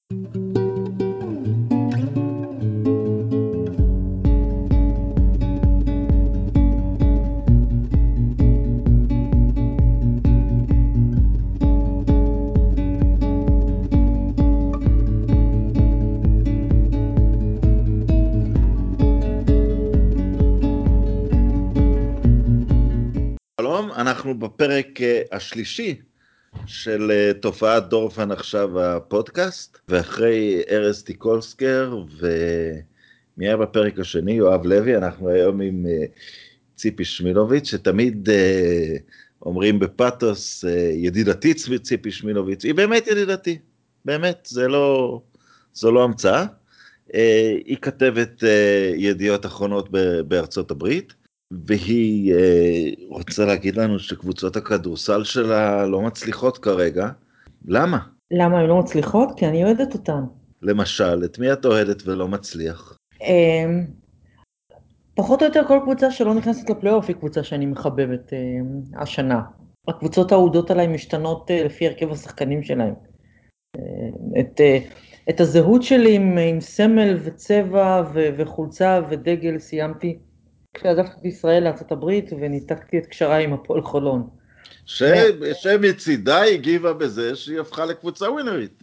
שלום, אנחנו בפרק השלישי של תופעת דורפן עכשיו הפודקאסט, ואחרי ארז טיקולסקר ומי היה בפרק השני? יואב לוי. אנחנו היום עם ציפי שמילוביץ', שתמיד אומרים בפאטוס, ידידתי ציפי שמילוביץ', היא באמת ידידתי, באמת, זו לא המצאה. היא כתבת ידיעות אחרונות בארצות הברית, והיא רוצה להגיד לנו שקבוצות הכדורסל שלה לא מצליחות כרגע. למה? למה הן לא מצליחות? כי אני אוהדת אותן. למשל, את מי את אוהדת ולא מצליח? פחות או יותר כל קבוצה שלא נכנסת לפלייאוף היא קבוצה שאני מחבבת השנה. הקבוצות האהודות עליי משתנות לפי הרכב השחקנים שלהם. את הזהות שלי עם סמל וצבע וחולצה ודגל סיימתי כשעזבתי את ישראל לארצות הברית וניתקתי את קשריי עם הפועל חולון. שמצידה הגיבה בזה שהיא הפכה לקבוצה ווינרית.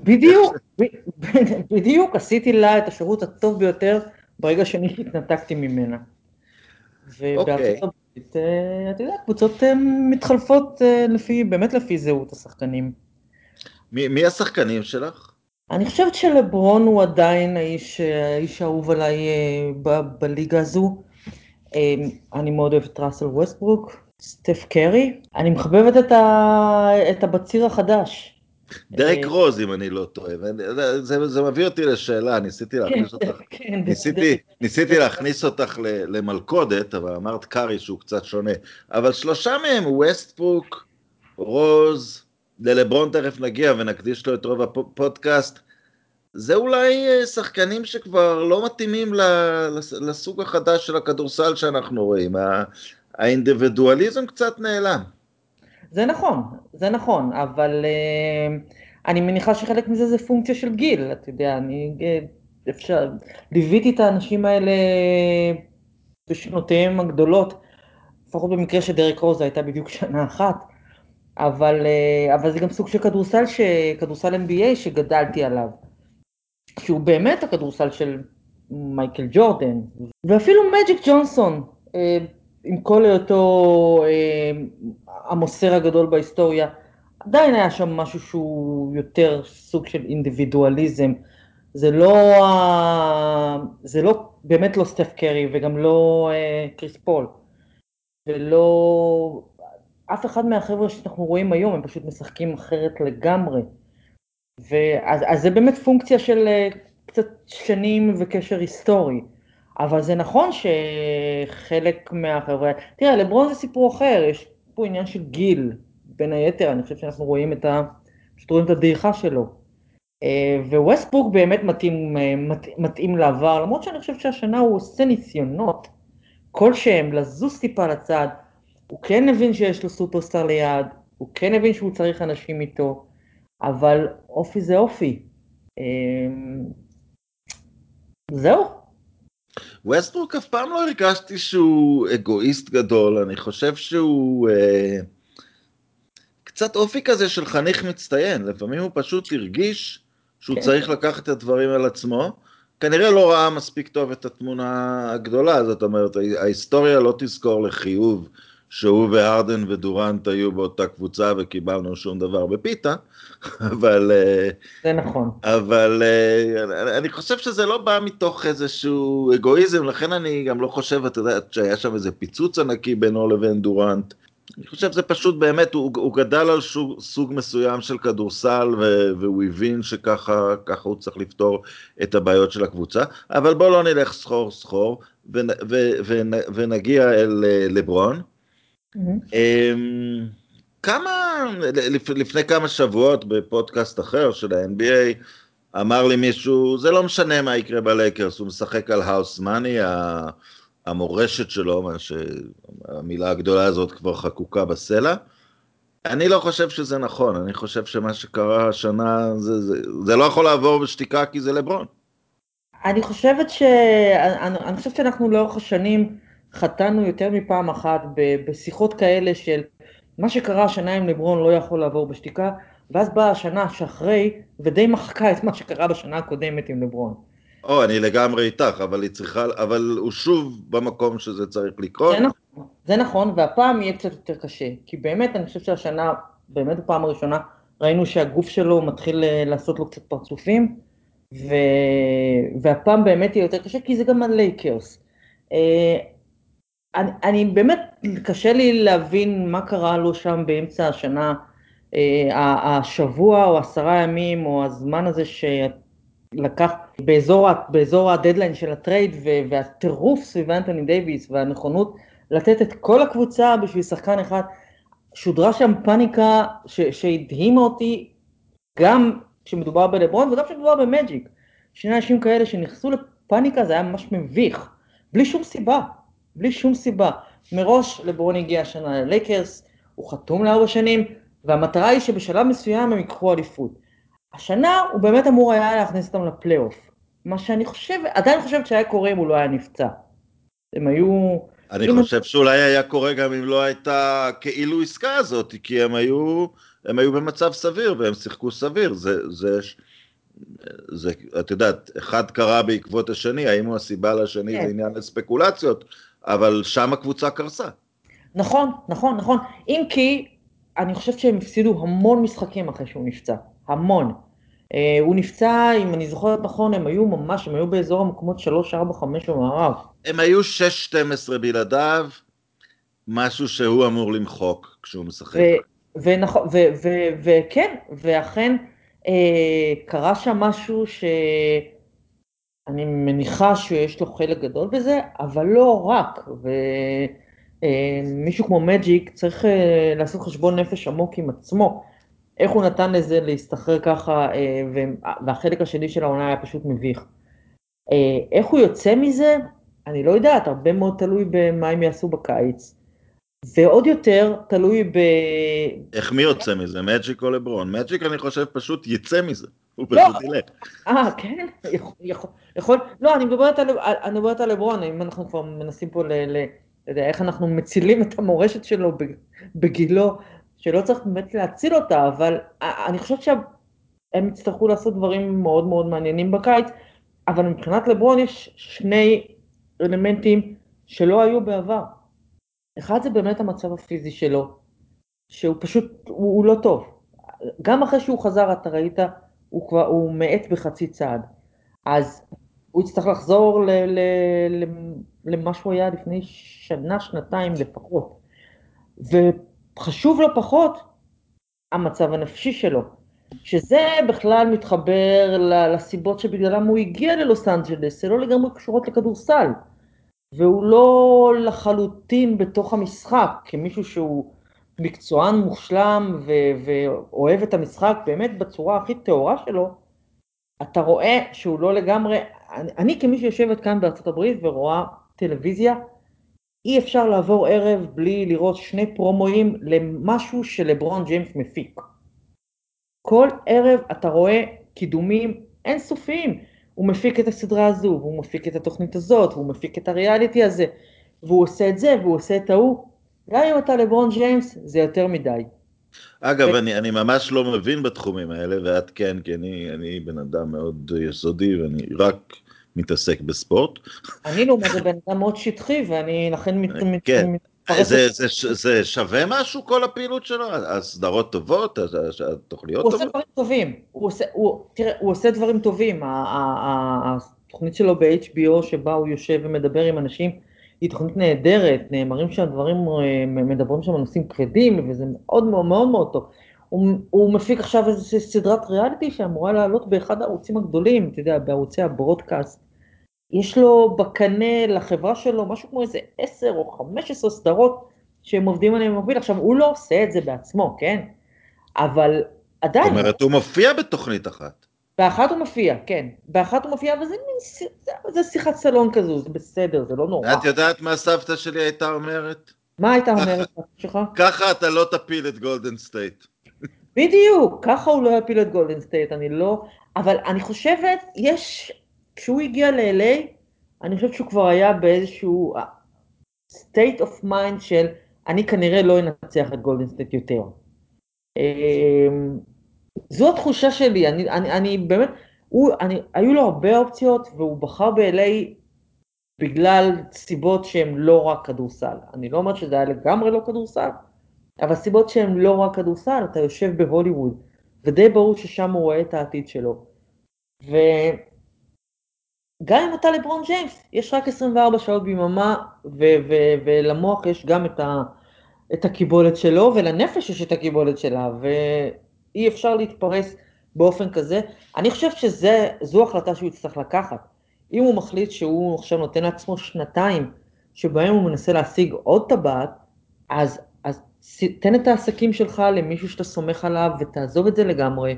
בדיוק עשיתי לה את השירות הטוב ביותר ברגע שאני התנתקתי ממנה. ובארצות הברית, אתה יודע, קבוצות מתחלפות באמת לפי זהות השחקנים. מי השחקנים שלך? אני חושבת שלברון הוא עדיין האיש האהוב עליי בליגה הזו. אני מאוד אוהבת את ראסל ווסטברוק, סטף קרי. אני מחבבת את הבציר החדש. דרק רוז, אם אני לא טועה. זה מביא אותי לשאלה, ניסיתי להכניס אותך למלכודת, אבל אמרת קרי שהוא קצת שונה. אבל שלושה מהם, ווסטברוק, רוז, ללברון תכף נגיע ונקדיש לו את רוב הפודקאסט. זה אולי שחקנים שכבר לא מתאימים לסוג החדש של הכדורסל שאנחנו רואים. האינדיבידואליזם קצת נעלם. זה נכון, אבל אני מניחה שחלק מזה זה פונקציה של גיל, אתה יודע, ליוויתי את האנשים האלה בשנותיהם הגדולות, לפחות במקרה שדרק רוז הייתה בדיוק שנה אחת, אבל זה גם סוג של כדורסל NBA שגדלתי עליו, שהוא באמת הכדורסל של מייקל ג'ורדן, ואפילו מג'יק ג'ונסון, עם כל היותו המוסר הגדול בהיסטוריה, עדיין היה שם משהו שהוא יותר סוג של אינדיבידואליזם. זה לא באמת לא סטף קרי וגם לא קריס פול, ולא אף אחד מהחבר'ה שאנחנו רואים היום, הם פשוט משחקים אחרת לגמרי. אז זה באמת פונקציה של קצת שנים וקשר היסטורי. אבל זה נכון שחלק מהחבר'ה, תראה, לברון זה סיפור אחר, יש פה עניין של גיל, בין היתר, אני חושב שאנחנו רואים פשוט רואים את הדעיכה שלו. וווסטברוק באמת מתאים לעבר, למרות שאני חושב שהשנה הוא עושה ניסיונות, כלשהם לזוז טיפה לצד, הוא כן הבין שיש לו סופרסטאר ליד, הוא כן הבין שהוא צריך אנשים איתו, אבל אופי זה אופי. זהו. ווסטברוק אף פעם לא הרגשתי שהוא אגואיסט גדול, אני חושב שהוא קצת אופי כזה של חניך מצטיין, לפעמים הוא פשוט הרגיש שהוא צריך לקחת את הדברים על עצמו, כנראה לא ראה מספיק טוב את התמונה הגדולה, זאת אומרת, ההיסטוריה לא תזכור לחיוב שהוא והרדן ודורנט היו באותה קבוצה וקיבלנו שום דבר בפיתה, אבל זה נכון. אבל אני חושב שזה לא בא מתוך איזשהו אגואיזם, לכן אני גם לא חושב, אתה יודע, שהיה שם איזה פיצוץ ענקי בינו לבין דורנט. אני חושב שזה פשוט באמת, הוא גדל על סוג מסוים של כדורסל, והוא הבין שככה הוא צריך לפתור את הבעיות של הקבוצה, אבל בואו לא נלך סחור, ונגיע אל לברון. לפני כמה שבועות בפודקאסט אחר של ה-NBA, אמר לי מישהו, זה לא משנה מה יקרה בלייקרס, הוא משחק על האוס מאני, המורשת שלו, המילה הגדולה הזאת כבר חקוקה בסלע. אני לא חושב שזה נכון, אני חושב שמה שקרה השנה, זה לא יכול לעבור בשתיקה כי זה לברון. אני חושבת שאנחנו לאורך השנים חטאנו יותר מפעם אחת בשיחות כאלה של מה שקרה השנה עם לברון לא יכול לעבור בשתיקה, ואז באה השנה שאחרי ודי מחקה את מה שקרה בשנה הקודמת עם לברון. אני לגמרי איתך, אבל הוא שוב במקום שזה צריך זה לקרות. נכון, זה נכון, והפעם יהיה קצת יותר קשה, כי באמת אני חושב שהשנה, באמת בפעם הראשונה, ראינו שהגוף שלו מתחיל לעשות לו קצת פרצופים, ו... והפעם באמת יהיה יותר קשה, כי זה גם הלייקרס. אני באמת, קשה לי להבין מה קרה לו שם באמצע השנה, השבוע או 10 ימים, או הזמן הזה לקח באזור הדדליין של הטרייד, והטירוף סביב אנתוני דייביס והנכונות לתת את כל הקבוצה בשביל שחקן אחד, שודרה שם פאניקה שהדהימה אותי, גם כשמדובר בלברון וגם כשמדובר במג'יק. שני אנשים כאלה שנכנסו לפאניקה, זה היה ממש מביך, בלי שום סיבה, בלי שום סיבה. מראש לברון הגיע השנה ללייקרס, הוא חתום ל4 שנים, והמטרה היא שבשלב מסוים הם ייקחו אליפות. השנה הוא באמת אמור היה להכניס אותם לפלייאוף, מה שאני עדיין חושבת שהיה קורה אם הוא לא היה נפצע. הם היו... אני חושב שאולי היה קורה גם אם לא הייתה כאילו עסקה הזאת, כי הם היו במצב סביר והם שיחקו סביר. את יודעת, אחד קרה בעקבות השני, האם הוא הסיבה לשני זה כן. עניין לספקולציות, אבל שם הקבוצה קרסה. נכון, נכון, נכון. אם כי אני חושבת שהם הפסידו המון משחקים אחרי שהוא נפצע, המון. הוא נפצע, אם אני זוכרת נכון, הם היו באזור המקומות 3, 4, 5 במערב. הם היו 6-12 בלעדיו, משהו שהוא אמור למחוק כשהוא משחק. ונכון, וכן, ואכן קרה שם משהו שאני מניחה שיש לו חלק גדול בזה, אבל לא רק, ומישהו כמו מג'יק צריך לעשות חשבון נפש עמוק עם עצמו, איך הוא נתן לזה להסתחרר ככה, והחלק השני של העונה היה פשוט מביך. איך הוא יוצא מזה? אני לא יודעת, הרבה מאוד תלוי במה הם יעשו בקיץ, ועוד יותר תלוי איך מי יוצא מזה? מג'יק או לברון? מג'יק אני חושב פשוט יצא מזה, הוא לא, פשוט ילך. כן, לא, אני מדברת על לברון, אם אנחנו כבר מנסים פה אתה יודע, איך אנחנו מצילים את המורשת שלו בגילו, שלא צריך באמת להציל אותה, אבל אני חושבת שהם יצטרכו לעשות דברים מאוד מאוד מעניינים בקיץ, אבל מבחינת לברון יש שני אלמנטים שלא היו בעבר. אחד זה באמת המצב הפיזי שלו, שהוא פשוט, הוא לא טוב. גם אחרי שהוא חזר, אתה ראית, הוא מאט בחצי צעד. אז הוא יצטרך לחזור ל, למה שהוא היה לפני שנה, שנתיים לפחות. וחשוב לא פחות, המצב הנפשי שלו. שזה בכלל מתחבר לסיבות שבגללם הוא הגיע ללוס אנג'לס, זה לא לגמרי קשורות לכדורסל. והוא לא לחלוטין בתוך המשחק, כמישהו שהוא מקצוען מושלם ואוהב את המשחק באמת בצורה הכי טהורה שלו, אתה רואה שהוא לא לגמרי, אני כמי שיושבת כאן בארצות הברית ורואה טלוויזיה, אי אפשר לעבור ערב בלי לראות שני פרומואים למשהו שלברון ג'יימס מפיק. כל ערב אתה רואה קידומים אינסופיים, הוא מפיק את הסדרה הזו, והוא מפיק את התוכנית הזאת, והוא מפיק את הריאליטי הזה, והוא עושה את זה, והוא עושה את ההוא, גם אם אתה לברון ג'יימס, זה יותר מדי. אגב, אני ממש לא מבין בתחומים האלה, ואת כן, כי אני בן אדם מאוד יסודי, ואני רק מתעסק בספורט. אני לעומת זה בן אדם מאוד שטחי, ואני לכן כן. מתפרצת. זה שווה משהו כל הפעילות שלו? הסדרות טובות? התוכניות הוא עושה טובות? דברים טובים, תראה, הוא עושה דברים טובים, התוכנית שלו ב-HBO שבה הוא יושב ומדבר עם אנשים, היא תוכנית נהדרת, נאמרים שם דברים, מדברים שם על נושאים כבדים, וזה מאוד מאוד מאוד מאוד טוב. הוא מפיק עכשיו איזו סדרת ריאליטי שאמורה לעלות באחד הערוצים הגדולים, אתה יודע, בערוצי הברודקאסט. יש לו בקנה לחברה שלו משהו כמו איזה 10 או 15 סדרות שהם עובדים עליהם במקביל. עכשיו, הוא לא עושה את זה בעצמו, כן? אבל זאת עדיין, אומרת, הוא מופיע בתוכנית אחת. באחת הוא מופיע, כן. באחת הוא מופיע, וזה מין, זה שיחת סלון כזו, זה בסדר, זה לא נורא. את יודעת מה סבתא שלי הייתה אומרת? מה היית אומרת שלך? ככה אתה לא תפיל את גולדן סטייט. בדיוק, ככה הוא לא יפיל את גולדן סטייט, אני לא, אבל אני חושבת, כשהוא הגיע ל-LA, אני חושבת שהוא כבר היה באיזשהו state of mind של, אני כנראה לא אנצח את גולדן סטייט יותר. זו התחושה שלי, אני באמת, היו לו הרבה אופציות, והוא בחר ב-LA בגלל סיבות שהן לא רק כדורסל. אני לא אומרת שזה היה לגמרי לא כדורסל, אבל סיבות שהן לא רק כדורסל, אתה יושב בהוליווד, ודי ברור ששם הוא רואה את העתיד שלו. וגם אם אתה לברון ג'יימס, יש רק 24 שעות ביממה, ולמוח יש גם את הקיבולת שלו, ולנפש יש את הקיבולת שלה, ואי אפשר להתפרס באופן כזה. אני חושב שזו החלטה שהוא יצטרך לקחת. אם הוא מחליט שהוא עכשיו נותן לעצמו שנתיים, שבהם הוא מנסה להשיג עוד טבעת, אז תן את העסקים שלך למישהו שאתה סומך עליו, ותעזוב את זה לגמרי,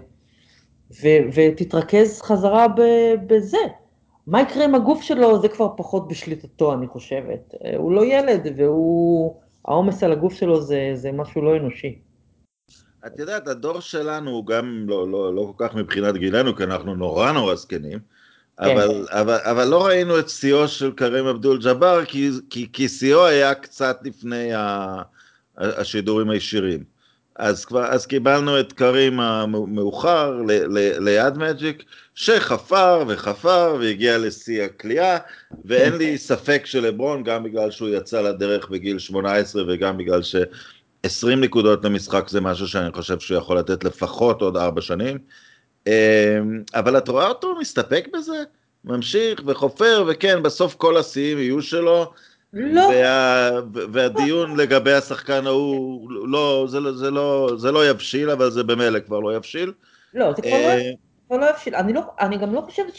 ותתרכז חזרה בזה. מה יקרה עם הגוף שלו, זה כבר פחות בשליטתו, אני חושבת. הוא לא ילד, העומס על הגוף שלו זה משהו לא אנושי. את יודעת, הדור שלנו הוא גם לא כל כך מבחינת גילנו, כי אנחנו נורא נורא זקנים, כן. אבל לא ראינו את שיאו של קרים אבדול ג'אבר, כי שיאו היה קצת לפני השידורים הישירים. אז קיבלנו את קרים המאוחר ליד מג'יק, שחפר וחפר והגיע לשיא הקליעה, ואין לי ספק שלברון, גם בגלל שהוא יצא לדרך בגיל 18 וגם בגלל 20 נקודות למשחק זה משהו שאני חושב שהוא יכול לתת לפחות עוד 4 שנים. אבל את רואה אותו מסתפק בזה? ממשיך וחופר, וכן, בסוף כל השיאים יהיו שלו, לא, והדיון לגבי השחקן ההוא, זה לא יבשיל, אבל זה במילא כבר לא יבשיל. לא, זה כבר לא יבשיל. אני גם לא חושבת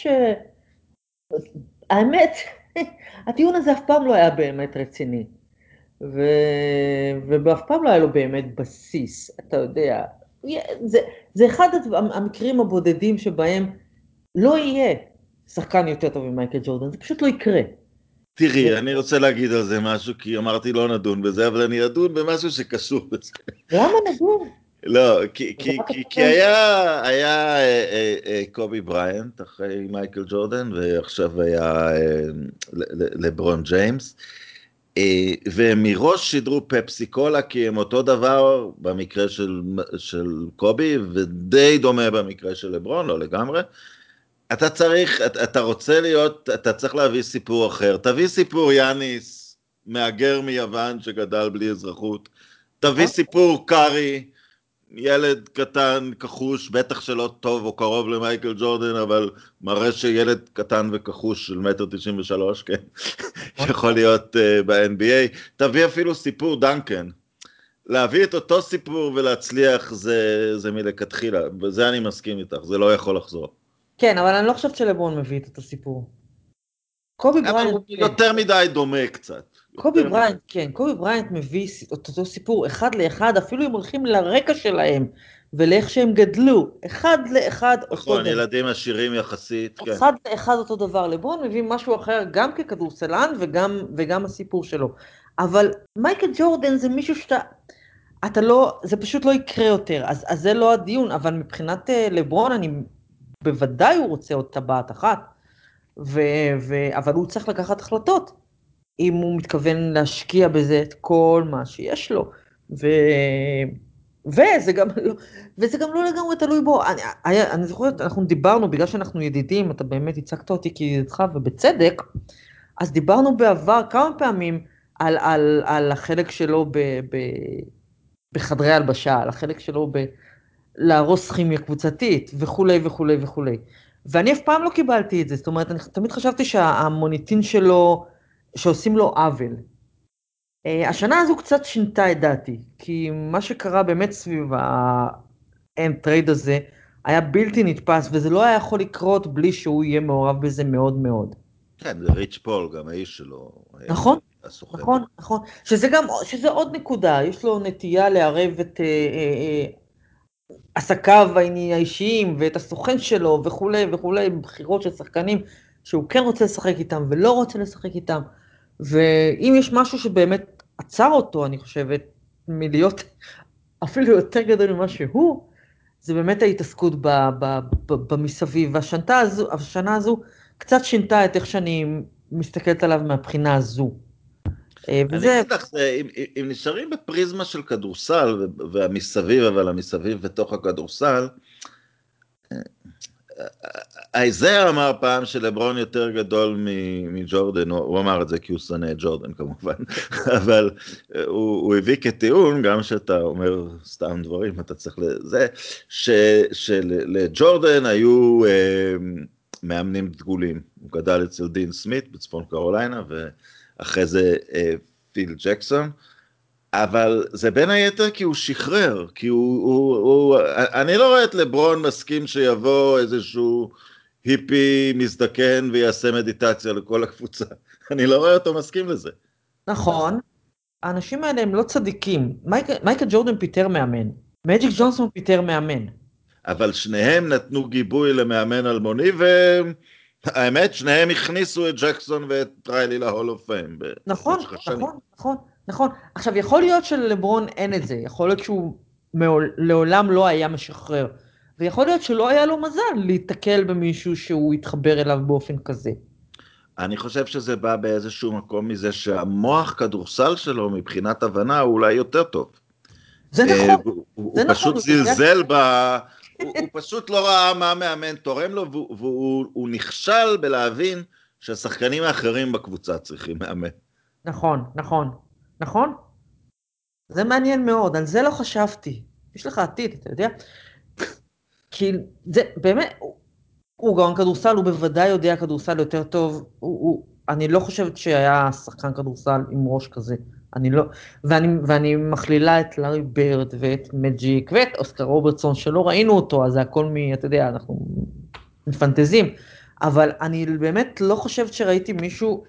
האמת, הטיעון הזה אף פעם לא היה באמת רציני. ו... ואף פעם לא היה לו באמת בסיס, אתה יודע. זה, זה אחד המקרים הבודדים שבהם לא יהיה שחקן יותר טוב ממייקל ג'ורדן, זה פשוט לא יקרה. ו... תראי, אני רוצה להגיד על זה משהו, כי אמרתי לא נדון בזה, אבל אני אדון במשהו שקשור לזה. למה נדון? לא, זה רק כי הפוטנציאל. היה קובי בריינט אחרי מייקל ג'ורדן, ועכשיו היה לברון ג'יימס, ומראש שידרו פפסי קולה, כי הם אותו דבר במקרה של קובי, ודי דומה במקרה של לברון, לא לגמרי. אתה רוצה להיות, אתה צריך להביא סיפור אחר, תביא סיפור יאניס, מהגר מיוון שגדל בלי אזרחות, תביא נכון? סיפור קארי, ילד קטן, כחוש, בטח שלא טוב או קרוב למייקל ג'ורדן, אבל מראה שילד קטן וכחוש של 1.93 מטר, כן, נכון. יכול להיות ב-NBA. תביא אפילו סיפור דנקן. להביא את אותו סיפור ולהצליח זה מלכתחילה, בזה אני מסכים איתך, זה לא יכול לחזור. כן, אבל אני לא חושבת שלברון מביא את אותו סיפור. קובי אבל בריינט, הוא כן. יותר מדי דומה קצת. קובי יותר מדי. בריינט, כן, קובי בריינט מביא את אותו סיפור אחד לאחד, אפילו אם הולכים לרקע שלהם, ולאיך שהם גדלו, אחד לאחד אותו נכון, דבר. ילדים עשירים יחסית, כן. אחד לאחד אותו דבר. לברון מביא משהו אחר, גם ככדורסלן וגם הסיפור שלו. אבל מייקל ג'ורדן זה מישהו אתה לא, זה פשוט לא יקרה יותר, אז זה לא הדיון, אבל מבחינת לברון, בוודאי הוא רוצה עוד טבעת אחת, אבל הוא צריך לקחת החלטות. אם הוא מתכוון להשקיע בזה את כל מה שיש לו. ו... וזה גם לא, וזה גם לא לגמרי תלוי בו. אני זוכרת, אנחנו דיברנו, בגלל שאנחנו ידידים, אתה באמת הצגת אותי כידידך, ובצדק, אז דיברנו בעבר כמה פעמים על החלק שלו בחדרי הלבשה, על החלק שלו להרוס כימיה קבוצתית, וכולי וכולי וכולי. ואני אף פעם לא קיבלתי את זה, זאת אומרת, אני תמיד חשבתי שהמוניטין שלו, שעושים לו עוול. השנה הזו קצת שינתה את דעתי, כי מה שקרה באמת סביב האנד טרייד הזה, היה בלתי נתפס, וזה לא היה יכול לקרות בלי שהוא יהיה מעורב בזה מאוד מאוד. כן, זה ריץ' פול, גם האיש שלו היה נכון? הסוכן. נכון, נכון. שזה עוד נקודה, יש לו נטייה לערב את עסקיו האישיים ואת הסוכן שלו וכולי וכולי, בחירות של שחקנים שהוא כן רוצה לשחק איתם ולא רוצה לשחק איתם. ואם יש משהו שבאמת עצר אותו, אני חושבת, מלהיות אפילו יותר גדול ממה שהוא, זה באמת ההתעסקות במסביב. והשנה הזו קצת שינתה את איך שאני מסתכלת עליו מהבחינה הזו. אני וזה, אגיד לך, אם נשארים בפריזמה של כדורסל, והמסביב, אבל המסביב בתוך הכדורסל, איזיה אמר פעם שלברון יותר גדול מג'ורדן, הוא אמר את זה כי הוא שונא את ג'ורדן כמובן, אבל הוא הביא כטיעון, גם שאתה אומר סתם דברים, אתה צריך לזה, שלג'ורדן היו מאמנים דגולים, הוא גדל אצל דין סמית בצפון קרוליינה, ואחרי זה פיל ג'קסון, אבל זה בין היתר כי הוא שחרר, כי אני לא רואה את לברון מסכים שיבוא איזשהו היפי מזדקן ויעשה מדיטציה לכל הקבוצה. אני לא רואה אותו מסכים לזה. נכון, האנשים האלה הם לא צדיקים. מייקל ג'ורדן פיטר מאמן, מג'יק ג'ונסון פיטר מאמן. אבל שניהם נתנו גיבוי למאמן אלמוני, והאמת, שניהם הכניסו את ג'קסון ואת ריילי להול אוף פיים נכון, במשך השנים. נכון, נכון, נכון. עכשיו, יכול להיות שלברון אין את זה, יכול להיות שהוא לעולם לא היה משחרר, ויכול להיות שלא היה לו מזל להיתקל במישהו שהוא יתחבר אליו באופן כזה. אני חושב שזה בא באיזשהו מקום מזה שהמוח כדורסל שלו מבחינת הבנה הוא אולי יותר טוב. זה נכון, זה הוא נכון, פשוט הוא יודע, זלזל הוא פשוט לא ראה מה מאמן תורם לו, והוא נכשל בלהבין שהשחקנים האחרים בקבוצה צריכים מאמן. נכון, נכון, נכון, זה מעניין מאוד, על זה לא חשבתי. יש לך עתיד, אתה יודע? כי זה באמת, הוא גאון כדורסל, הוא בוודאי יודע כדורסל יותר טוב, אני לא חושבת שהיה שחקן כדורסל עם ראש כזה, אני לא, ואני מכלילה את לארי ברד ואת מג'יק ואת אוסקר רוברטסון, שלא ראינו אותו, אז זה הכל אתה יודע, אנחנו מפנטזים, אבל אני באמת לא חושבת שראיתי מישהו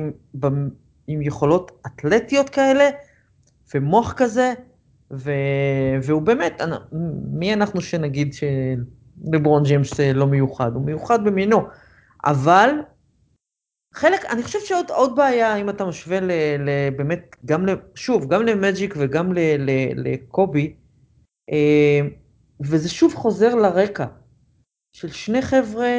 עם יכולות אתלטיות כאלה, ומוח כזה, והוא באמת, מי אנחנו שנגיד שלברון ג'יימס לא מיוחד, הוא מיוחד במינו, אבל חלק, אני חושבת שעוד בעיה, אם אתה משווה באמת, שוב, גם למג'יק וגם לקובי, וזה שוב חוזר לרקע של שני חבר'ה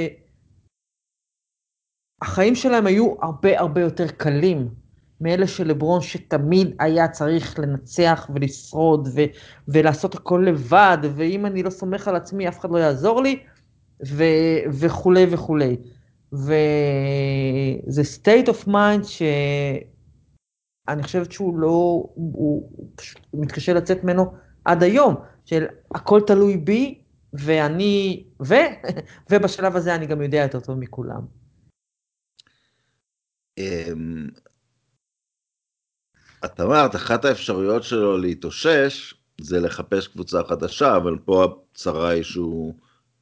שהחיים שלהם היו הרבה הרבה יותר קלים מאלה של לברון, שתמיד היה צריך לנצח ולשרוד ולעשות הכל לבד, ואם אני לא סומך על עצמי אף אחד לא יעזור לי, וכולי וכולי. וזה state of mind שאני חושבת שהוא לא, הוא פשוט מתקשה לצאת ממנו עד היום, של הכל תלוי בי, ובשלב הזה אני גם יודע יותר טוב מכולם. את אמרת, אחת האפשרויות שלו להתאושש זה לחפש קבוצה חדשה, אבל פה הצרה היא שהוא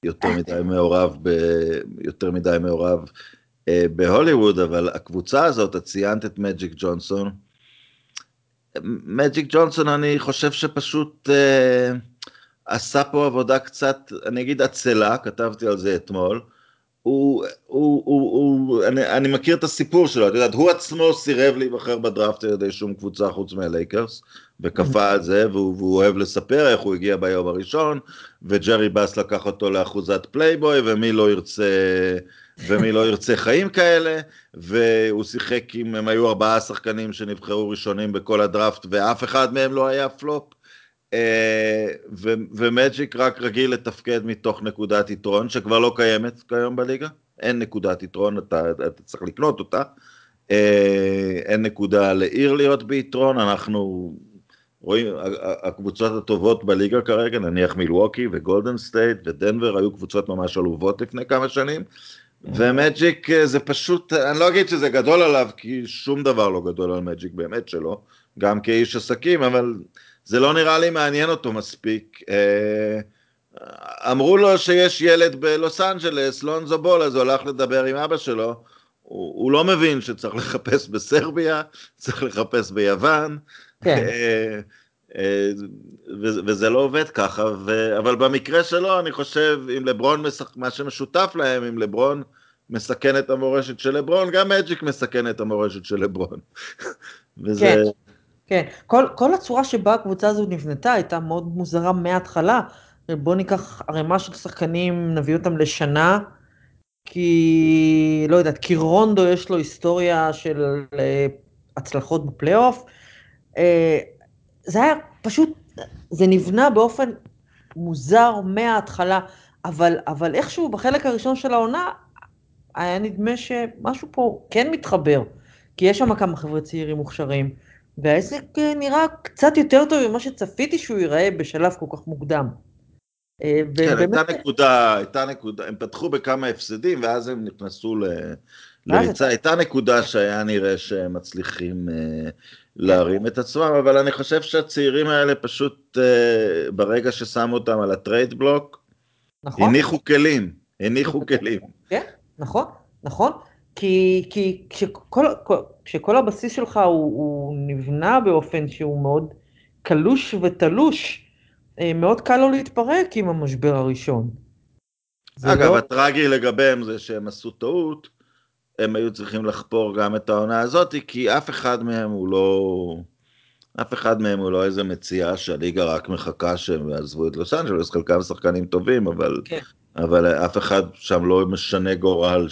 יותר מדי מעורב בהוליווד, אבל הקבוצה הזאת, את ציינת את מג'יק ג'ונסון, מג'יק ג'ונסון אני חושב שפשוט עשה פה עבודה קצת, אני אגיד עצלה, כתבתי על זה אתמול, אני מכיר את הסיפור שלו, את יודעת, הוא עצמו סירב להיבחר בדראפט על ידי שום קבוצה חוץ מהלייקרס, וכפה על זה, והוא אוהב לספר איך הוא הגיע ביום הראשון, וג'רי בס לקח אותו לאחוזת פלייבוי, ומי לא ירצה חיים כאלה, והוא שיחק הם היו 4 שחקנים שנבחרו ראשונים בכל הדראפט, ואף אחד מהם לא היה פלופ, ומג'יק רק רגיל לתפקד מתוך נקודת יתרון שכבר לא קיימת כיום בליגה, אין נקודת יתרון, אתה צריך לקנות אותה, אין נקודה לעיר להיות ביתרון, אנחנו רואים, הקבוצות הטובות בליגה כרגע, נניח מילווקי וגולדן סטייט ודנבר, היו קבוצות ממש עלובות לפני כמה שנים, ומג'יק זה פשוט, אני לא אגיד שזה גדול עליו, כי שום דבר לא גדול על מג'יק באמת שלו, גם כאיש עסקים, אבל זה לא נראה לי מעניין אותו מספיק. אמרו לו שיש ילד בלוס אנג'לס, לונזו בול, אז הוא הלך לדבר עם אבא שלו, הוא לא מבין שצריך לחפש בסרביה, צריך לחפש ביוון, כן. וזה לא עובד ככה, אבל במקרה שלו אני חושב, אם לברון, מה שמשותף להם, אם לברון מסכן את המורשת של לברון, גם מג'יק מסכן את המורשת של לברון. כן, כן, כל הצורה שבה הקבוצה הזו נבנתה הייתה מאוד מוזרה מההתחלה. בוא ניקח ערימה של שחקנים, נביא אותם לשנה, כי, לא יודעת, כי רונדו יש לו היסטוריה של הצלחות בפלייאוף. זה היה פשוט, זה נבנה באופן מוזר מההתחלה, אבל איכשהו בחלק הראשון של העונה, היה נדמה שמשהו פה כן מתחבר, כי יש שם כמה חבר'ה צעירים מוכשרים, והעסק נראה קצת יותר טוב ממה שצפיתי שהוא ייראה בשלב כל כך מוקדם. כן, ובאמת, הייתה נקודה, הם פתחו בכמה הפסדים, ואז הם נכנסו ואז לריצה, הייתה נקודה שהיה נראה שהם מצליחים כן, להרים את עצמם, אבל אני חושב שהצעירים האלה פשוט, ברגע ששמו אותם על הטרייד בלוק, נכון, הניחו כלים. כן, נכון, נכון, כי כשכל הבסיס שלך הוא נבנה באופן שהוא מאוד קלוש ותלוש, מאוד קל לו להתפרק עם המשבר הראשון. זה אגב, לא, הטרגי לגביהם זה שהם עשו טעות, הם היו צריכים לחפור גם את העונה הזאת, כי אף אחד מהם הוא לא איזה מציאה שהליגה רק מחכה שהם יעזבו את לוס אנג'לס, חלקם שחקנים טובים, כן, אבל אף אחד שם לא משנה גורל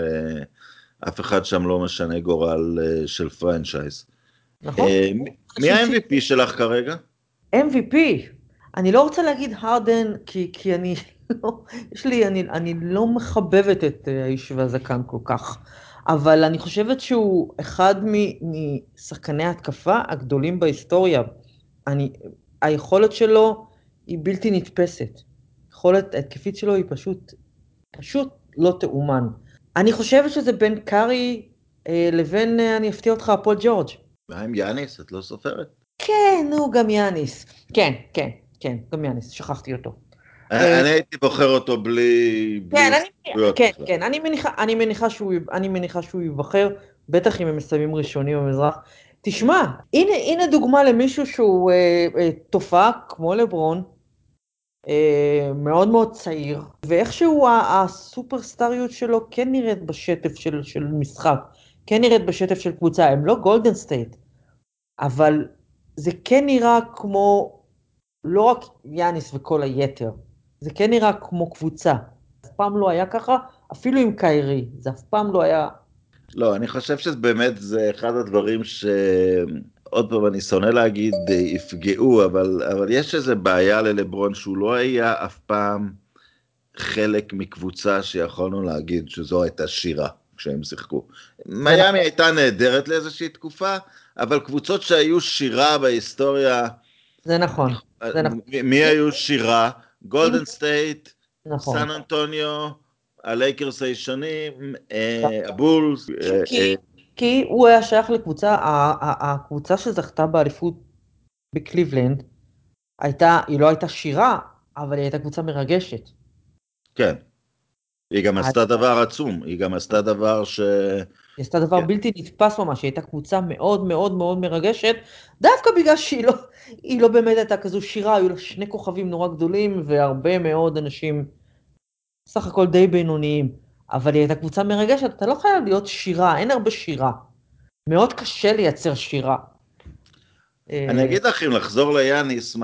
אף אחד שם לא משנה גורל של פרנצ'ייז. נכון. מי אנשים ה-MVP שלך כרגע? MVP, אני לא רוצה להגיד הרדן, כי אני לא, אני לא מחבבת את האיש והזקן כל כך, אבל אני חושבת שהוא אחד משחקני ההתקפה הגדולים בהיסטוריה. אני, היכולת שלו היא בלתי נתפסת. היכולת ההתקפית שלו היא פשוט לא תאומן. אני חושבת שזה בין קארי לבין, אני אפתיע אותך, פול ג'ורג'. מה עם יאניס? את לא סופרת? כן, נו, גם יאניס. כן, כן, כן, גם יאניס, שכחתי אותו. אני הייתי בוחר אותו בלי כן, הסתייגויות כן, בכלל. כן, אני מניחה שהוא ייבחר, בטח אם הם מסיימים ראשונים במזרח. תשמע, הנה דוגמה למישהו שהוא תופעה כמו לברון, מאוד מאוד צעיר, ואיכשהו הסופרסטריות שלו כן נראית בשטף של משחק, כן נראית בשטף של קבוצה, הם לא גולדן סטייט, אבל זה כן נראה כמו, לא רק יאניס וכל היתר, זה כן נראה כמו קבוצה. אף פעם לא היה ככה, אפילו עם קיירי, זה אף פעם לא היה... לא, אני חושב שבאמת זה אחד הדברים עוד פעם, אני שונא להגיד יפגעו, אבל יש איזו בעיה ללברון שהוא לא היה אף פעם חלק מקבוצה שיכולנו להגיד שזו הייתה שירה כשהם שיחקו. זה מיאמי נכון, הייתה נהדרת לאיזושהי תקופה, אבל קבוצות שהיו שירה בהיסטוריה, זה נכון, זה נכון. מי היו שירה? אם, גולדן סטייט, נכון. סן אנטוניו, הלייקרס הישנים, הבולס, כי הוא היה שייך לקבוצה, הקבוצה שזכתה באליפות בקליבלנד, היא לא הייתה שירה, אבל היא הייתה קבוצה מרגשת. כן, היא גם אז עשתה דבר עצום, היא גם עשתה דבר היא עשתה דבר בלתי נתפס ממש, היא הייתה קבוצה מאוד מאוד מאוד מרגשת, דווקא בגלל היא לא באמת הייתה כזו שירה, היו לה שני כוכבים נורא גדולים, והרבה מאוד אנשים, סך הכל די בינוניים, אבל היא הייתה קבוצה מרגשת, אתה לא חייב להיות שירה, אין הרבה שירה. מאוד קשה לייצר שירה. אני אה, אגיד לך, אם לחזור ליאניס,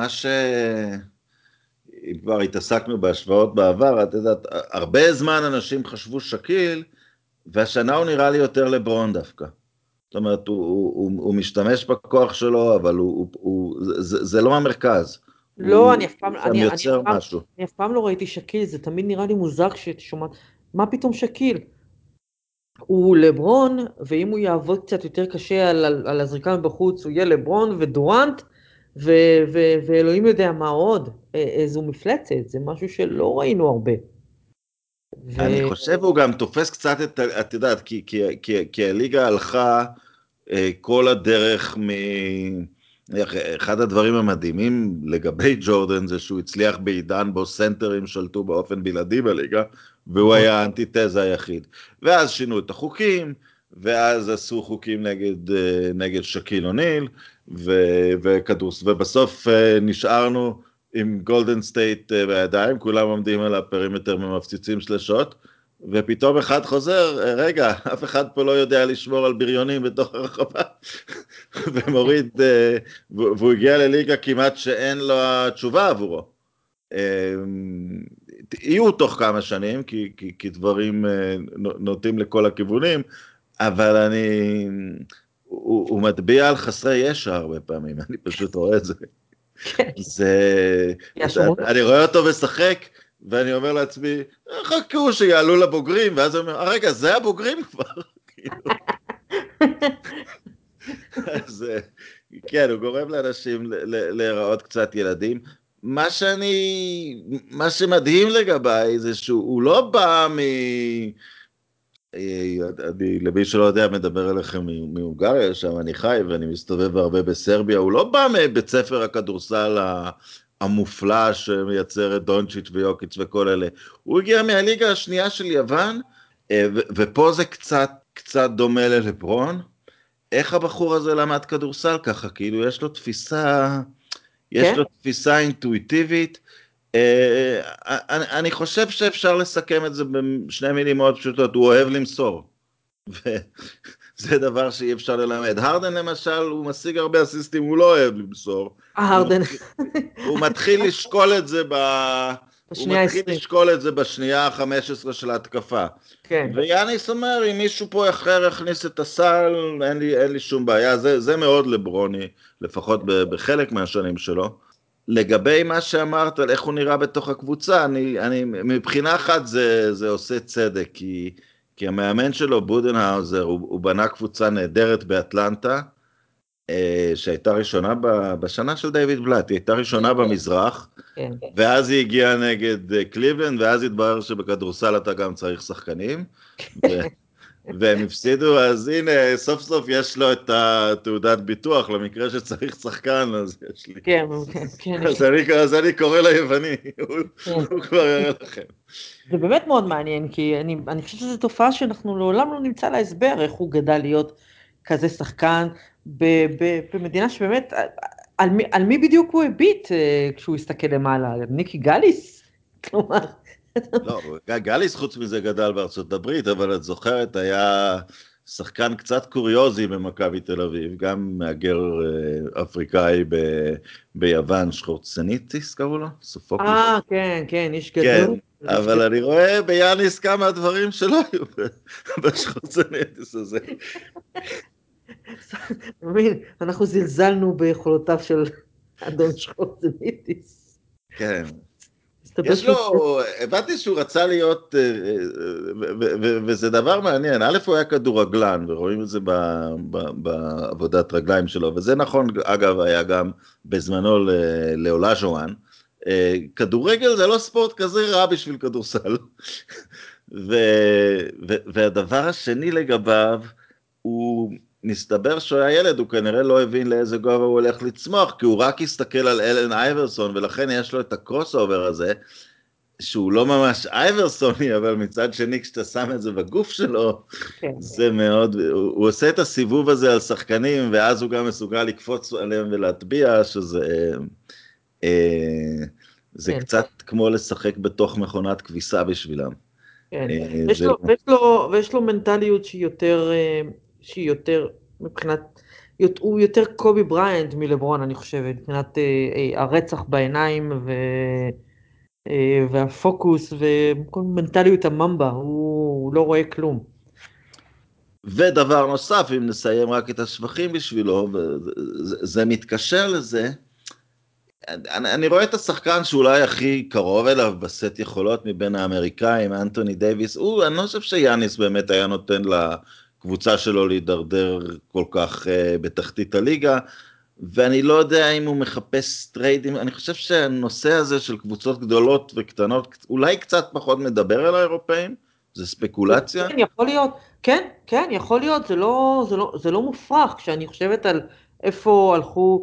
אם כבר התעסקנו בהשוואות בעבר, את יודעת, הרבה זמן אנשים חשבו שקיל, והשנה הוא נראה לי יותר לברון דווקא. זאת אומרת, הוא משתמש בכוח שלו, אבל זה לא המרכז. לא, הוא שם יוצר משהו. אני אף פעם לא ראיתי שקיל, זה תמיד נראה לי מוזר כשאתה שומע, מה פתאום שקיל? הוא לברון, ואם הוא יעבוד קצת יותר קשה על הזריקה מבחוץ, הוא יהיה לברון ודורנט, ואלוהים יודע מה עוד, איזו מפלצת, זה משהו שלא ראינו הרבה. אני ו... חושב הוא גם תופס קצת את יודעת, כי הליגה הלכה כל הדרך אחד הדברים המדהימים לגבי ג'ורדן זה שהוא הצליח בעידן בו סנטרים שלטו באופן בלעדי בליגה, והוא נכון. היה האנטיתזה היחיד. ואז שינו את החוקים, ואז עשו חוקים נגד שקיל אוניל, וכדוס, ובסוף נשארנו עם גולדן סטייט בידיים, כולם עומדים על הפרימטר ומפציצים שלשות, ופתאום אחד חוזר, רגע, אף אחד פה לא יודע לשמור על בריונים בתוך הרחבה, ומוריד, והוא הגיע לליגה כמעט שאין לו התשובה עבורו. יהיו תוך כמה שנים, כי דברים נוטים לכל הכיוונים, אבל הוא מטביע על חסרי ישע הרבה פעמים, אני פשוט רואה את זה. אני רואה אותו משחק, ואני אומר לעצמי, חכו שיעלו לבוגרים, ואז אני אומר, רגע, זה הבוגרים כבר. אז כן, הוא גורם לאנשים להיראות קצת ילדים. מה שמדהים לגביי זה שהוא לא בא למי שלא יודע, מדבר אליכם מהונגריה, שם אני חי ואני מסתובב הרבה בסרביה, הוא לא בא מבית ספר הכדורסל המופלא שמייצר את דונצ'יץ' ויוקיץ' וכל אלה, הוא הגיע מהליגה השנייה של יוון, ופה זה קצת דומה ללברון. איך הבחור הזה למד כדורסל ככה? כאילו יש לו תפיסה אינטואיטיבית. אני חושב שאפשר לסכם את זה בשני מילים מאוד פשוטות, הוא אוהב למסור. וזה דבר שאי אפשר ללמד. הרדן למשל, הוא משיג הרבה אסיסטים, הוא לא אוהב למסור. הרדן. הוא מתחיל לשקול את זה בשנייה ה-15 של ההתקפה. כן. ויאניס אומר, אם מישהו פה אחר יכניס את הסל, אין לי שום בעיה. זה מאוד לברוני, לפחות בחלק מהשנים שלו. לגבי מה שאמרת על איך הוא נראה בתוך הקבוצה, מבחינה אחת זה עושה צדק, כי המאמן שלו, בודנהאוזר, הוא בנה קבוצה נהדרת באטלנטה, שהייתה ראשונה בשנה של דיוויד בלאט, היא הייתה ראשונה במזרח, ואז היא הגיעה נגד קליבלנד, ואז התברר שבכדורסל אתה גם צריך שחקנים, והם הפסידו, אז הנה, סוף סוף יש לו את התעודת ביטוח, למקרה שצריך שחקן, אז יש לי. כן, כן. אז אני קורא ליווני, הוא כבר יראה לכם. זה באמת מאוד מעניין, כי אני חושבת שזו תופעה שאנחנו לעולם לא נמצא לה הסבר, איך הוא גדל להיות כזה שחקן, במדינה שבאמת, על מי בדיוק הוא הביט כשהוא הסתכל למעלה? ניקי גליס? כלומר... לא, גליס חוץ מזה גדל בארצות הברית, אבל את זוכרת, היה שחקן קצת קוריוזי במכבי תל אביב, גם מהגר אפריקאי ביוון, שחורצניטיס קראו לו? סופוקליס. כן, איש כן, גדול. אבל אני רואה ביאניס כמה דברים שלא היו בשחורצניטיס הזה. אנחנו זלזלנו ביכולותיו של אדון שחורצניטיס. כן. יש לו, הבנתי שהוא רצה להיות, וזה דבר מעניין, א' הוא היה כדורגלן, ורואים את זה בעבודת רגליים שלו, וזה נכון, אגב, היה גם בזמנו לאולאז'ואן, כדורגל זה לא ספורט כזה רע בשביל כדורסל, והדבר השני לגביו, הוא מסתבר שהוא היה ילד, הוא כנראה לא הבין לאיזה גובה הוא הולך לצמוח, כי הוא רק הסתכל על אלן אייברסון, ולכן יש לו את הקרוס אובר הזה, שהוא לא ממש אייברסוני, אבל מצד שני, כשאתה שם את זה בגוף שלו, זה מאוד, הוא עושה את הסיבוב הזה על שחקנים, ואז הוא גם מסוגל לקפוץ עליהם ולהטביע, שזה זה קצת כמו לשחק בתוך מכונת כביסה בשבילם. כן, ויש לו מנטליות שהיא יותר מבחינת, הוא יותר קובי בריינט מלברון, אני חושבת, מבחינת הרצח בעיניים והפוקוס וכל מנטליות הממבה, הוא לא רואה כלום. ודבר נוסף, אם נסיים רק את השבחים בשבילו, זה מתקשר לזה, אני רואה את השחקן שאולי הכי קרוב אליו בסט יכולות מבין האמריקאים, אנטוני דייביס, אני לא חושב שיאניס באמת היה נותן לקבוצה שלו להידרדר כל כך בתחתית הליגה, ואני לא יודע אם הוא מחפש טריידים, אני חושב שהנושא הזה של קבוצות גדולות וקטנות, אולי קצת פחות מדבר אל האירופאים, זה ספקולציה. כן, יכול להיות, כן, יכול להיות, זה לא מופרך, כשאני חושבת על איפה הלכו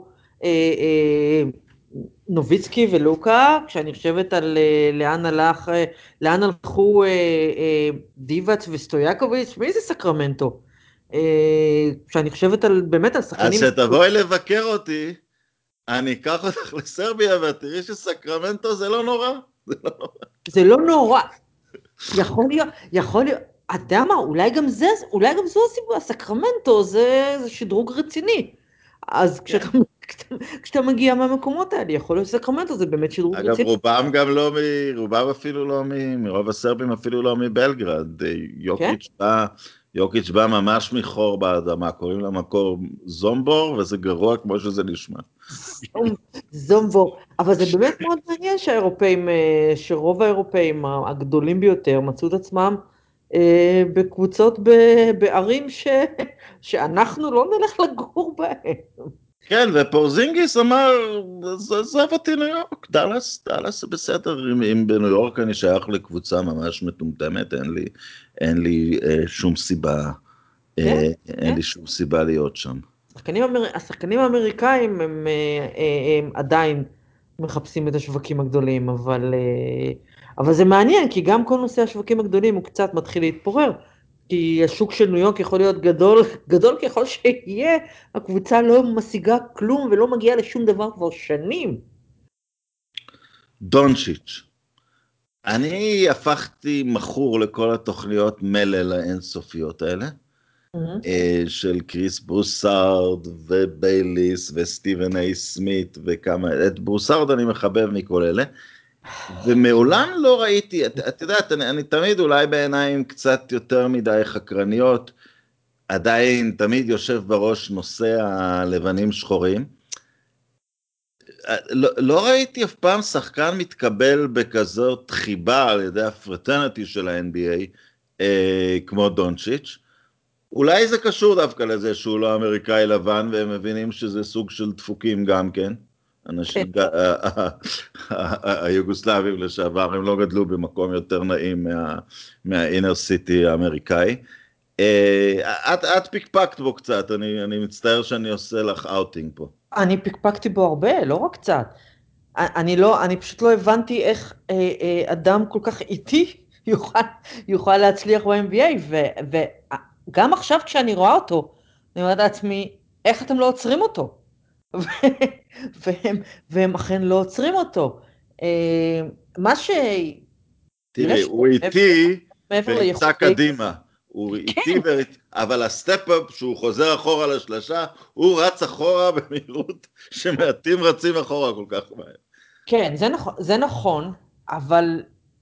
נוביצקי ולוקה, כשאני חושבת על לאן הלכו דיבאץ וסטויאקוביץ', מאיזה סקרמנטו? כשאני חושבת על, באמת על שחקנים... אז שתבואי לבקר אותי, אני אקח אותך לסרביה, ואת תראי שסקרמנטו זה לא נורא. זה לא נורא. יכול להיות, אתה יודע מה, אולי גם זו הסיבה, סקרמנטו זה שדרוג רציני. אז כן. כשאתה מגיע מהמקומות האלה, יכול להיות סקרמנטו זה באמת שדרוג אגב, רציני. רובם גם לא רובם אפילו לא מרוב הסרבים אפילו לא מבלגרד. כן? יוקיץ' בא ממש מחור באדמה, קוראים למקור זומבור, וזה גרוע כמו שזה נשמע. זומבור, אבל זה באמת מאוד מעניין שהאירופאים, שרוב האירופאים הגדולים ביותר מצאו את עצמם בקבוצות בערים שאנחנו לא נלך לגור בהן. כן, ופורזינגיס אמר, עזוב אותי ניו יורק, דאלאס זה בסדר, אם בניו יורק אני שייך לקבוצה ממש מטומטמת, אין לי שום סיבה, כן, אין כן. לי שום סיבה להיות שם. השחקנים האמריקאים הם עדיין מחפשים את השווקים הגדולים, אבל זה מעניין, כי גם כל נושא השווקים הגדולים הוא קצת מתחיל להתפורר, כי השוק של ניו יורק יכול להיות גדול ככל שיהיה, הקבוצה לא משיגה כלום ולא מגיעה לשום דבר כבר שנים. דונצ'יץ', אני הפכתי מכור לכל התוכניות מלל האינסופיות האלה, Mhm. של קריס ברוסארד ובייליס וסטיבן איי סמית וכמה, את ברוסארד אני מחבב מכל אלה, ומעולם לא ראיתי, את יודעת, אני תמיד אולי בעיניים קצת יותר מדי חקרניות, עדיין תמיד יושב בראש נושא הלבנים שחורים, לא ראיתי אף פעם שחקן מתקבל בכזאת חיבה על ידי הפרטרניטי של ה-NBA, כמו דונצ'יץ'. אולי זה קשור דווקא לזה שהוא לא אמריקאי לבן, והם מבינים שזה סוג של דפוקים גם כן. כן. אנשים, היוגוסלבים לשעבר, הם לא גדלו במקום יותר נעים מהאינר סיטי האמריקאי. את פיקפקת בו קצת, אני מצטער שאני עושה לך אאוטינג פה. אני פקפקתי בו הרבה, לא רק קצת. אני פשוט לא הבנתי איך אדם כל כך איטי יוכל להצליח ב-NBA, וגם עכשיו כשאני רואה אותו, אני אומרת לעצמי, איך אתם לא עוצרים אותו? ו- והם אכן לא עוצרים אותו. מה תראי, שיש הוא לו, איטי מעבר בריצה ליכולי, קדימה. הוא איטי, כן, אבל הסטפ-אפ, שהוא חוזר אחורה לשלשה, הוא רץ אחורה במהירות שמעטים רצים אחורה כל כך מהר. כן, זה נכון, אבל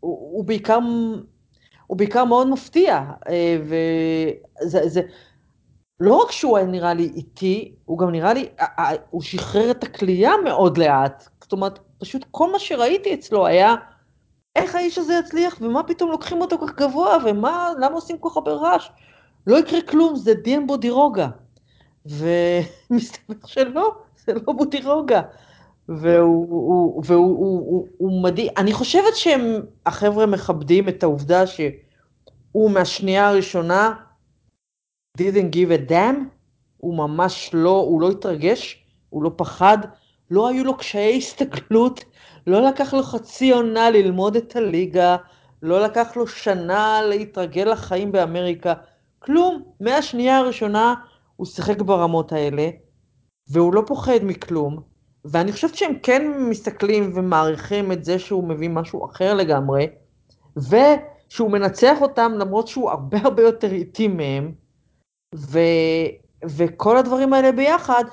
הוא בעיקר מאוד מפתיע, וזה, לא רק שהוא היה נראה לי איטי, הוא גם נראה לי, הוא שחרר את הכלייה מאוד לאט, זאת אומרת, פשוט כל מה שראיתי אצלו היה, איך האיש הזה יצליח, ומה פתאום לוקחים אותו כל כך גבוה, למה עושים כל כך הרבה רעש? לא יקרה כלום, זה דיאן בודירוגה. ומסתבר שלא, זה לא בודירוגה. לא. והוא מדהים, אני חושבת שהחבר'ה מכבדים את העובדה שהוא מהשנייה הראשונה didn't give a damn, הוא ממש לא, הוא לא התרגש, הוא לא פחד, לא היו לו קשיי הסתגלות, לא לקח לו חצי עונה ללמוד את הליגה, לא לקח לו שנה להתרגל לחיים באמריקה, כלום, מהשנייה הראשונה הוא שיחק ברמות האלה, והוא לא פוחד מכלום, ואני חושבת שהם כן מסתכלים ומעריכים את זה שהוא מביא משהו אחר לגמרי, ושהוא מנצח אותם למרות שהוא הרבה הרבה יותר איטי מהם, ו, וכל הדברים האלה ביחד,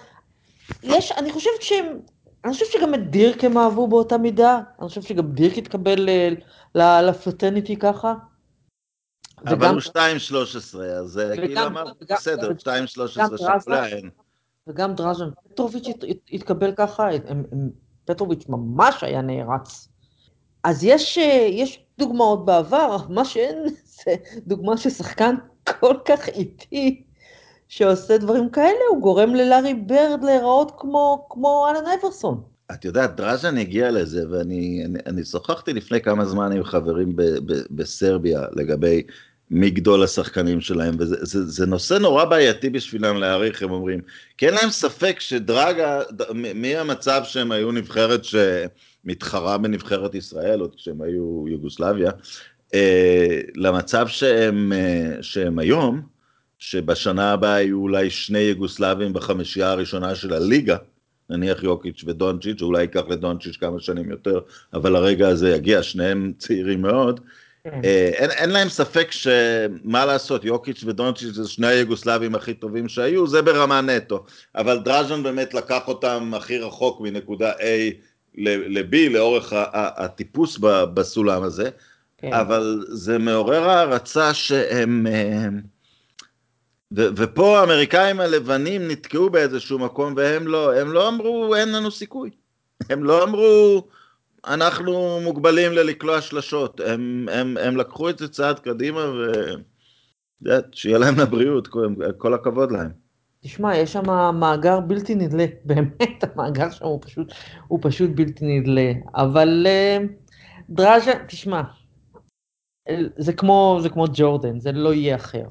אני חושבת שגם את דירק הם אהבו באותה מידה, אני חושבת שגם דירק התקבל לפרטרניטי ככה, אבל וגם, הוא 2.13, אז כאילו וגם, אמר, וגם, בסדר, וגם 2.13 דרזן, שווה להן. וגם דרז'ן פטרוביץ' התקבל ככה, פטרוביץ' ממש היה נערץ. אז יש דוגמאות בעבר, מה שאין זה דוגמה ששחקן כל כך איטי, שעושה דברים כאלה, הוא גורם ללארי ברד להיראות כמו אלן איברסון. את יודעת, דראז'ן הגיע לזה, ואני שוחחתי לפני כמה זמן עם חברים בסרביה, לגבי מי גדול השחקנים שלהם, וזה נושא נורא בעייתי בשבילם להעריך, הם אומרים, כי אין להם ספק שדרגה, מהמצב שהם היו נבחרת שמתחרה בנבחרת ישראל, עוד כשהם היו יוגוסלביה, למצב שהם היום, שבשנה הבאה יהיו אולי שני יוגוסלבים בחמישייה הראשונה של הליגה, נניח יוקיץ' ודונצ'יץ', אולי ייקח לדונצ'יץ' כמה שנים יותר, אבל הרגע הזה יגיע, שניהם צעירים מאוד, אין להם ספק שמה לעשות, יוקיץ' ודונצ'יץ' זה שני היוגוסלבים הכי טובים שהיו, זה ברמה נטו, אבל דראז'ן באמת לקח אותם הכי רחוק מנקודה A ל-B לאורך הטיפוס בסולם הזה, כן. אבל זה מעורר הערצה שהם, ופה האמריקאים הלבנים נתקעו באיזשהו מקום והם לא אמרו אין לנו סיכוי, הם לא אמרו אנחנו מוגבלים ללקלוע שלשות, הם לקחו את זה צעד קדימה שיהיה להם לבריאות, כל הכבוד להם. תשמע, יש שם מאגר בלתי נדלה, באמת, המאגר שם הוא פשוט בלתי נדלה, אבל דראז'ה, תשמע, זה כמו ג'ורדן, זה לא יהיה אחר.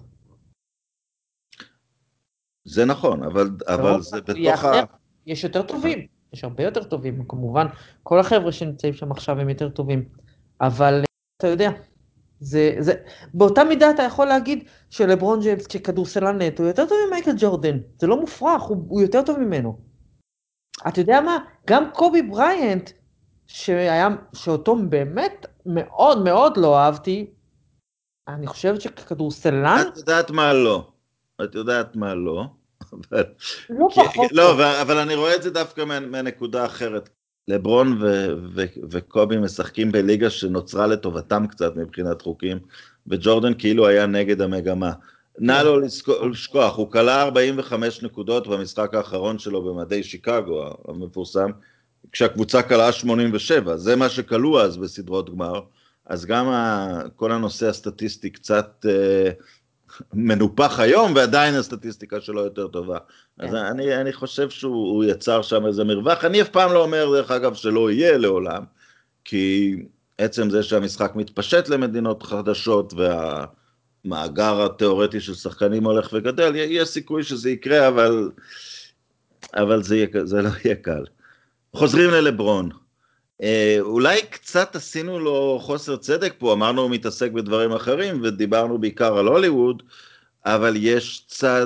זה נכון, לא אבל זה רק הוא יהיה בתוך אחר, יש יותר טובים, יש הרבה יותר טובים, כמובן, כל החבר'ה שנמצאים שם עכשיו הם יותר טובים, אבל אתה יודע, זה, באותה מידה אתה יכול להגיד שלברון ג'יימס ככדורסלן נטו, הוא יותר טוב ממייקל ג'ורדן, זה לא מופרך, הוא יותר טוב ממנו. אתה יודע מה? גם קובי בריינט, שאותו באמת מאוד מאוד לא אהבתי, אני חושבת שכדורסלן, את יודעת מה לא, את יודעת מה לא, אבל, לא פחות לא, טוב. אבל אני רואה את זה דווקא מהנקודה אחרת. לברון וקובי משחקים בליגה שנוצרה לטובתם קצת מבחינת חוקים, וג'ורדן כאילו היה נגד המגמה. נא כן. לא לשכוח, הוא קלע 45 נקודות במשחק האחרון שלו במדי שיקגו המפורסם, כשהקבוצה קלעה 87, זה מה שקלעו אז בסדרות גמר, אז גם כל הנושא הסטטיסטי קצת מנופח היום, ועדיין הסטטיסטיקה שלו יותר טובה. אז כן. אני חושב שהוא יצר שם איזה מרווח. אני אף פעם לא אומר, דרך אגב, שלא יהיה לעולם, כי עצם זה שהמשחק מתפשט למדינות חדשות, והמאגר התיאורטי של שחקנים הולך וגדל, יש סיכוי שזה יקרה, אבל זה לא יהיה קל. חוזרים ללברון. אולי קצת עשינו לו חוסר צדק פה, אמרנו הוא מתעסק בדברים אחרים, ודיברנו בעיקר על הוליווד, אבל יש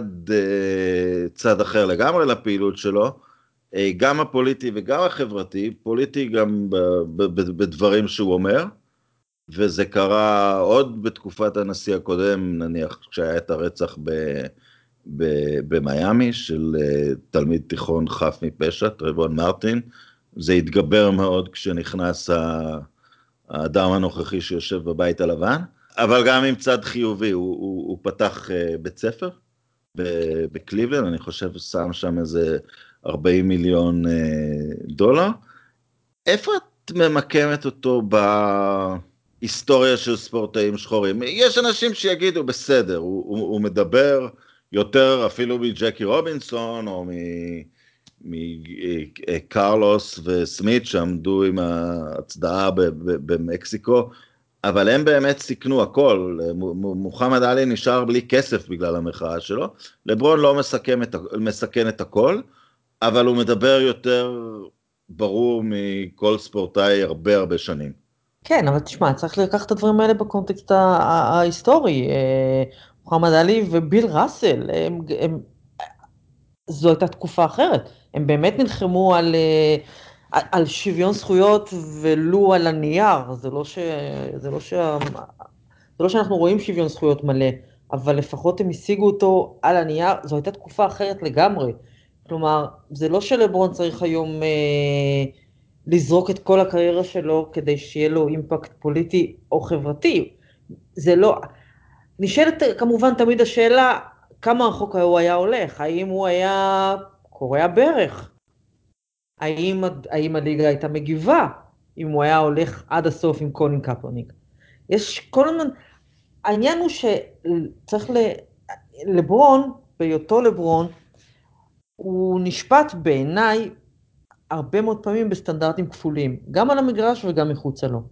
צד אחר לגמרי לפעילות שלו, גם הפוליטי וגם החברתי, פוליטי גם בדברים שהוא אומר, וזה קרה עוד בתקופת הנשיא הקודם, נניח כשהיה את הרצח במיימי של תלמיד תיכון חף מפשע, טרבון מרטין, זה התגבר מאוד כשנכנס האדם הנוכחי שיושב בבית הלבן, אבל גם עם צד חיובי, הוא פתח בית ספר בקליבלנד, אני חושב שם שם איזה 40 מיליון דולר. איפה את ממקמת אותו בהיסטוריה של ספורטאים שחורים? יש אנשים שיגידו בסדר, הוא מדבר יותר אפילו מג'קי רובינסון או מקרלוס וסמית שעמדו עם ההצדעה במקסיקו, אבל הם באמת סיכנו הכל. מוחמד עלי נשאר בלי כסף בגלל המחאה שלו, לברון לא מסכן את הכל, אבל הוא מדבר יותר ברור מכל ספורטאי הרבה הרבה שנים. כן, אבל תשמע, צריך לקחת את הדברים האלה בקונטקסט ההיסטורי. מוחמד עלי וביל ראסל, זו הייתה תקופה אחרת. הם באמת נלחמו על שוויון זכויות ולו על הנייר. זה לא שאנחנו רואים שוויון זכויות מלא, אבל לפחות הם השיגו אותו על הנייר. זו הייתה תקופה אחרת לגמרי. כלומר, זה לא שלברון צריך היום לזרוק את כל הקריירה שלו כדי שיהיה לו אימפקט פוליטי או חברתי. זה לא... נשאלת כמובן תמיד השאלה, כמה רחוק הוא היה הולך? האם הוא היה קורע ברך? האם הליגה הייתה מגיבה? אם הוא היה הולך עד הסוף עם קולין קפרניק? יש כל הזמן... העניין הוא שצריך לברון, בהיותו לברון, הוא נשפט בעיניי הרבה מאוד פעמים בסטנדרטים כפולים, גם על המגרש וגם מחוצה לו.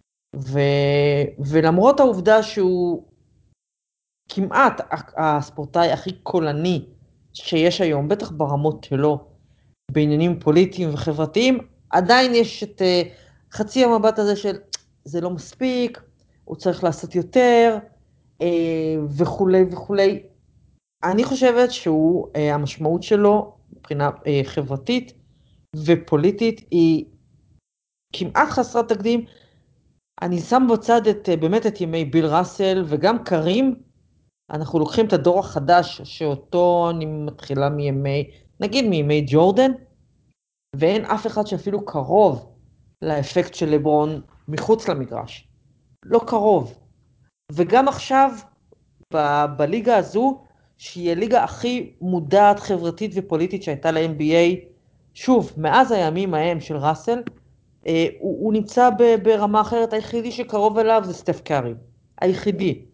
ולמרות העובדה שהוא כמעט הספורטאי הכי קולני שיש היום, בטח ברמות שלו, בעניינים פוליטיים וחברתיים, עדיין יש את חצי המבט הזה של זה לא מספיק, הוא צריך לעשות יותר, וכולי וכולי. אני חושבת שהוא, המשמעות שלו מבחינה חברתית ופוליטית היא כמעט חסרת תקדים, אני שם בצד באמת את ימי ביל ראסל וגם קרים, אנחנו לוקחים את הדור החדש שאותו אני מתחילה נגיד מימי ג'ורדן, ואין אף אחד שאפילו קרוב לאפקט של לברון מחוץ למגרש. לא קרוב. וגם עכשיו, בליגה הזו, שהיא הליגה הכי מודעת חברתית ופוליטית שהייתה ל-NBA, שוב, מאז הימים ההם של ראסל, הוא נמצא ברמה אחרת, היחידי שקרוב אליו זה סטף קארי. היחידי.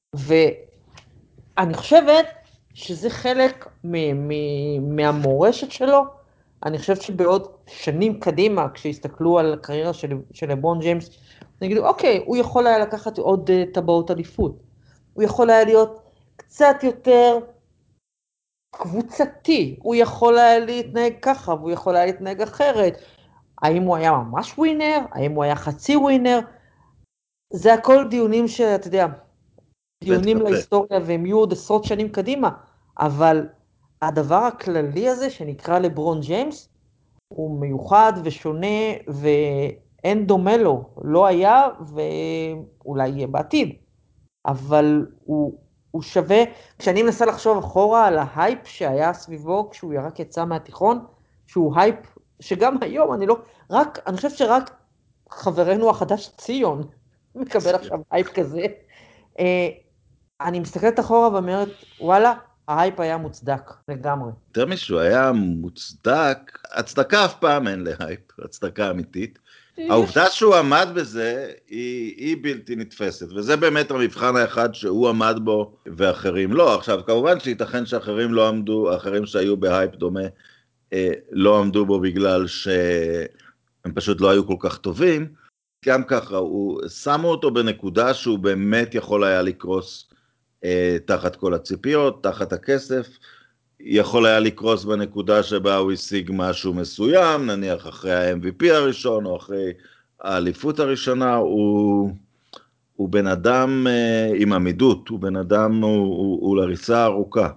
ואני חושבת שזה חלק מהמורשת שלו. אני חושבת שבעוד שנים קדימה, כשיסתכלו על הקריירה של לברון ג'יימס, נגידו, אוקיי, הוא יכול היה לקחת עוד טבעות אליפות. הוא יכול היה להיות קצת יותר קבוצתי. הוא יכול היה להתנהג ככה, והוא יכול היה להתנהג אחרת. האם הוא היה ממש ווינר? האם הוא היה חצי ווינר? זה הכל דיונים שאתה יודע, בית דיונים קפה. להיסטוריה, והם יהיו עוד עשרות שנים קדימה, אבל הדבר הכללי הזה שנקרא לברון ג'יימס, הוא מיוחד ושונה, ואין דומה לו, לא היה ואולי יהיה בעתיד, אבל הוא שווה. כשאני מנסה לחשוב אחורה על ההייפ שהיה סביבו כשהוא רק יצא מהתיכון, שהוא הייפ שגם היום אני חושב שרק חברנו החדש ציון מקבל עכשיו הייפ כזה. אני מסתכלת אחורה ואומרת, וואלה, ההייפ היה מוצדק לגמרי. יותר משהו היה מוצדק, הצדקה אף פעם אין להייפ, הצדקה אמיתית. העובדה שהוא עמד בזה היא בלתי נתפסת, וזה באמת המבחן האחד שהוא עמד בו ואחרים לא. עכשיו כמובן שייתכן שאחרים לא עמדו, האחרים שהיו בהייפ דומה לא עמדו בו בגלל שהם פשוט לא היו כל כך טובים. גם ככה, שמו אותו בנקודה שהוא באמת יכול היה לקרוס תחת כל הציפיות, תחת הכסף, יכול היה לקרוס בנקודה שבה הוא השיג משהו מסוים, נניח אחרי ה-MVP הראשון או אחרי האליפות הראשונה. הוא בן אדם עם עמידות, הוא בן אדם, הוא לריצה ארוכה.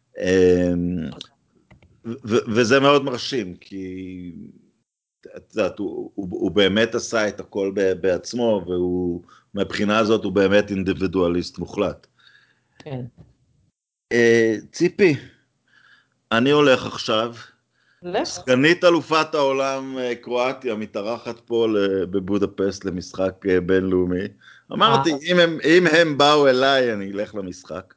וזה מאוד מרשים, כי את יודעת, הוא באמת עשה את הכל בעצמו, והוא, מבחינה הזאת הוא באמת אינדיבידואליסט מוחלט. כן. ציפי, אני הולך עכשיו, לך. סגנית אלופת העולם קרואטיה מתארחת פה בבודפסט למשחק בינלאומי. אמרתי, אם הם באו אליי, אני אלך למשחק.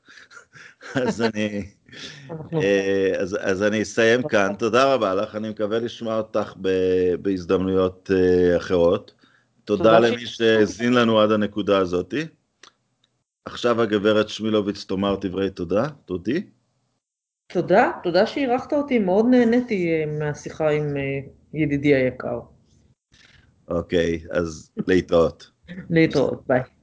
אז אני אסיים כאן. תודה רבה לך, אני מקווה לשמוע אותך בהזדמנויות אחרות. תודה למי שהזין לנו עד הנקודה הזאת. עכשיו הגברת שמילוביץ תאמר דברי תודה. תודי. תודה שאירחת אותי, מאוד נהניתי מהשיחה עם ידידי היקר. אוקיי, אז להתראות. להתראות, ביי.